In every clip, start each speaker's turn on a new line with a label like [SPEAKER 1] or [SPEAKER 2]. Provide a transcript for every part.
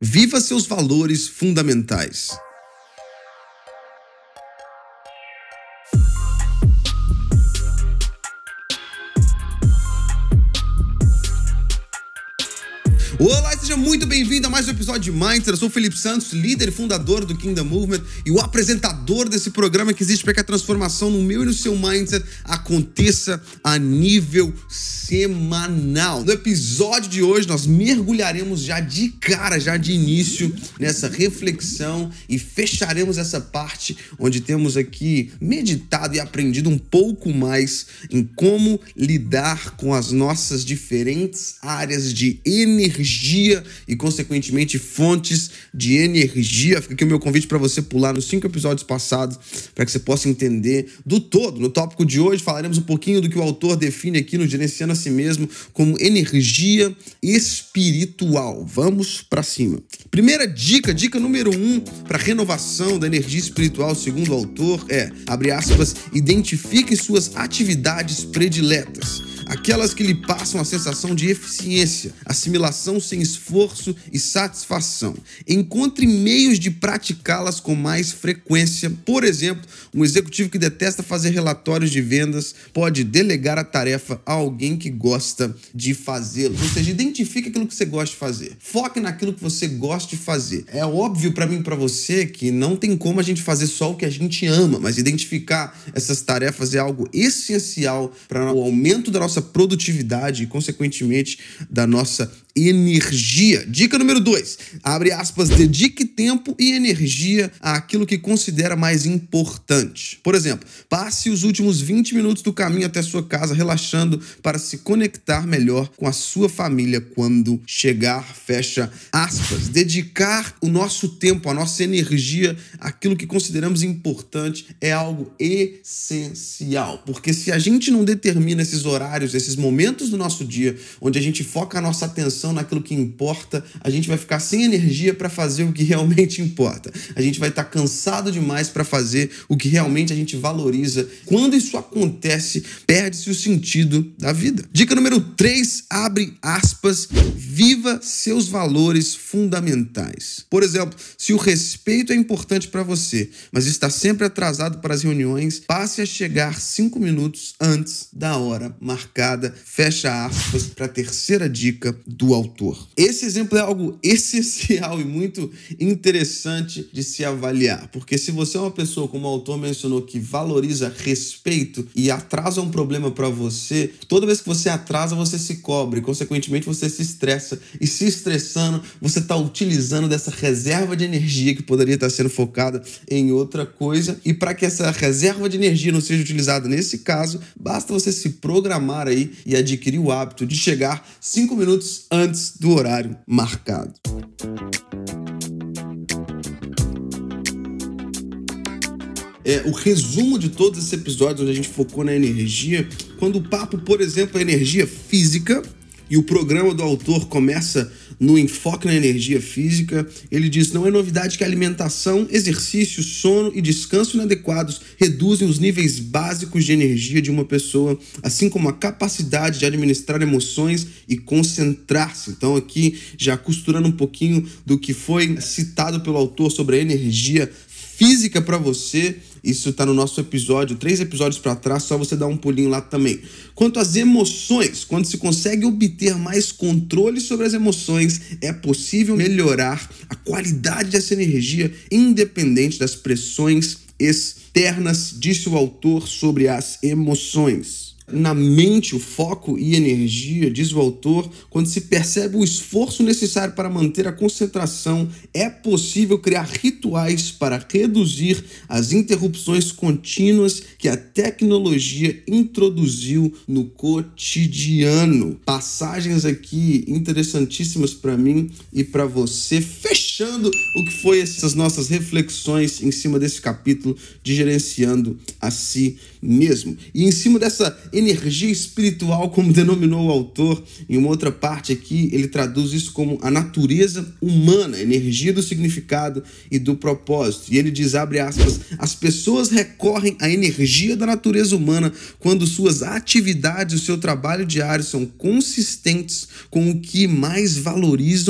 [SPEAKER 1] Viva seus valores fundamentais. Olá, seja muito bem-vindo a mais um episódio de Mindset. Eu sou o Felipe Santos, líder e fundador do Kingdom Movement e o apresentador desse programa que existe para que a transformação no meu e no seu mindset aconteça a nível semanal. No episódio de hoje, nós mergulharemos já de início nessa reflexão e fecharemos essa parte onde temos aqui meditado e aprendido um pouco mais em como lidar com as nossas diferentes áreas de energia e, consequentemente, fontes de energia. Fica aqui o meu convite para você pular nos 5 episódios passados para que você possa entender do todo. No tópico de hoje, falaremos um pouquinho do que o autor define aqui no Gerenciando a Si Mesmo como energia espiritual. Vamos para cima. Primeira dica número 1 para renovação da energia espiritual, segundo o autor, abre aspas, identifique suas atividades prediletas. Aquelas que lhe passam a sensação de eficiência, assimilação sem esforço e satisfação. Encontre meios de praticá-las com mais frequência. Por exemplo, um executivo que detesta fazer relatórios de vendas pode delegar a tarefa a alguém que gosta de fazê-lo. Ou seja, identifique aquilo que você gosta de fazer. Foque naquilo que você gosta de fazer. É óbvio para mim e para você que não tem como a gente fazer só o que a gente ama, mas identificar essas tarefas é algo essencial para o aumento da nossa produtividade e, consequentemente, da nossa energia. Dica número 2, abre aspas, dedique tempo e energia àquilo que considera mais importante. Por exemplo, passe os últimos 20 minutos do caminho até sua casa relaxando para se conectar melhor com a sua família quando chegar, fecha aspas. Dedicar o nosso tempo, a nossa energia àquilo que consideramos importante é algo essencial, porque se a gente não determina esses horários, esses momentos do nosso dia onde a gente foca a nossa atenção naquilo que importa, a gente vai ficar sem energia para fazer o que realmente importa. A gente vai estar cansado demais para fazer o que realmente a gente valoriza. Quando isso acontece, perde-se o sentido da vida. Dica número 3, abre aspas, viva seus valores fundamentais. Por exemplo, se o respeito é importante para você, mas está sempre atrasado para as reuniões, passe a chegar 5 minutos antes da hora marcada, fecha aspas, para a terceira dica do autor. Esse exemplo é algo essencial e muito interessante de se avaliar, porque se você é uma pessoa, como o autor mencionou, que valoriza respeito e atraso é um problema para você, toda vez que você atrasa, você se cobre, consequentemente você se estressa, e se estressando, você está utilizando dessa reserva de energia que poderia estar sendo focada em outra coisa, e para que essa reserva de energia não seja utilizada nesse caso, basta você se programar aí e adquirir o hábito de chegar 5 minutos antes do horário marcado. O resumo de todos esses episódios onde a gente focou na energia, quando o papo, por exemplo, é energia física, e o programa do autor começa no enfoque na energia física, ele diz, não é novidade que a alimentação, exercício, sono e descanso inadequados reduzem os níveis básicos de energia de uma pessoa, assim como a capacidade de administrar emoções e concentrar-se. Então aqui, já costurando um pouquinho do que foi citado pelo autor sobre a energia física para você, isso está no nosso episódio, 3 episódios para trás, só você dar um pulinho lá também. Quanto às emoções, quando se consegue obter mais controle sobre as emoções, é possível melhorar a qualidade dessa energia, independente das pressões externas, disse o autor sobre as emoções. Na mente, o foco e energia, diz o autor, quando se percebe o esforço necessário para manter a concentração, é possível criar rituais para reduzir as interrupções contínuas que a tecnologia introduziu no cotidiano. Passagens aqui interessantíssimas para mim e para você, fechando o que foi essas nossas reflexões em cima desse capítulo de Gerenciando a Si Mesmo. E em cima dessa energia espiritual, como denominou o autor, em uma outra parte aqui, ele traduz isso como a natureza humana, energia do significado e do propósito. E ele diz, abre aspas, as pessoas recorrem à energia da natureza humana quando suas atividades e o seu trabalho diário são consistentes com o que mais valorizam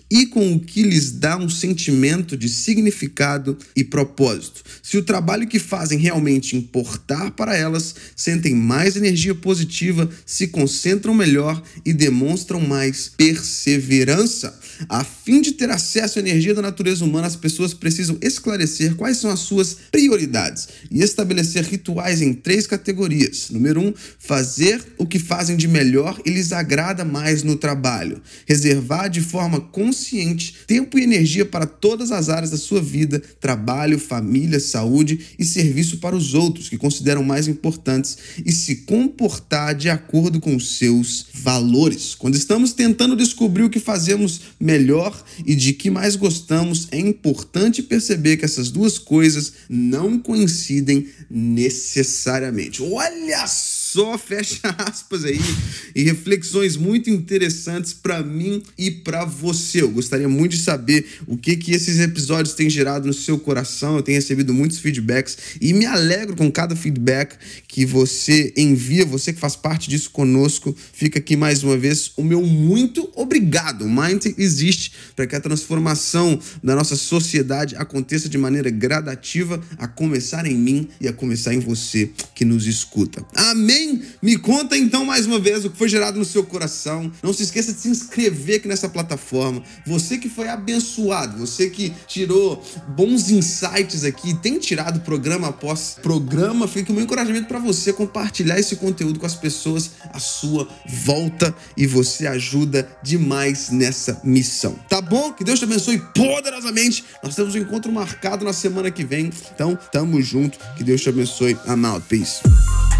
[SPEAKER 1] e com o que lhes dá um sentimento de significado e propósito. Se o trabalho que fazem realmente importar para elas, sentem mais energia positiva, se concentram melhor e demonstram mais perseverança. A fim de ter acesso à energia da natureza humana, as pessoas precisam esclarecer quais são as suas prioridades e estabelecer rituais em 3 categorias. Número 1, fazer o que fazem de melhor e lhes agrada mais no trabalho. Reservar de forma consciente tempo e energia para todas as áreas da sua vida, trabalho, família, saúde e serviço para os outros que consideram mais importantes e se comportar de acordo com os seus valores. Quando estamos tentando descobrir o que fazemos melhor e de que mais gostamos, é importante perceber que essas duas coisas não coincidem necessariamente. Olha só, fecha aspas aí, e reflexões muito interessantes para mim e para você. Eu gostaria muito de saber o que esses episódios têm gerado no seu coração. Eu tenho recebido muitos feedbacks e me alegro com cada feedback que você envia, você que faz parte disso conosco. Fica aqui mais uma vez o meu muito obrigado. O Mind existe para que a transformação da nossa sociedade aconteça de maneira gradativa, a começar em mim e a começar em você que nos escuta. Amém? Me conta então mais uma vez o que foi gerado no seu coração. Não se esqueça de se inscrever aqui nessa plataforma. Você que foi abençoado, você que tirou bons insights aqui, tem tirado programa após programa, fica o meu encorajamento para você compartilhar esse conteúdo com as pessoas à sua volta e você ajuda demais nessa missão. Tá bom? Que Deus te abençoe poderosamente. Nós temos um encontro marcado na semana que vem. Então, tamo junto. Que Deus te abençoe. I'm out. Peace.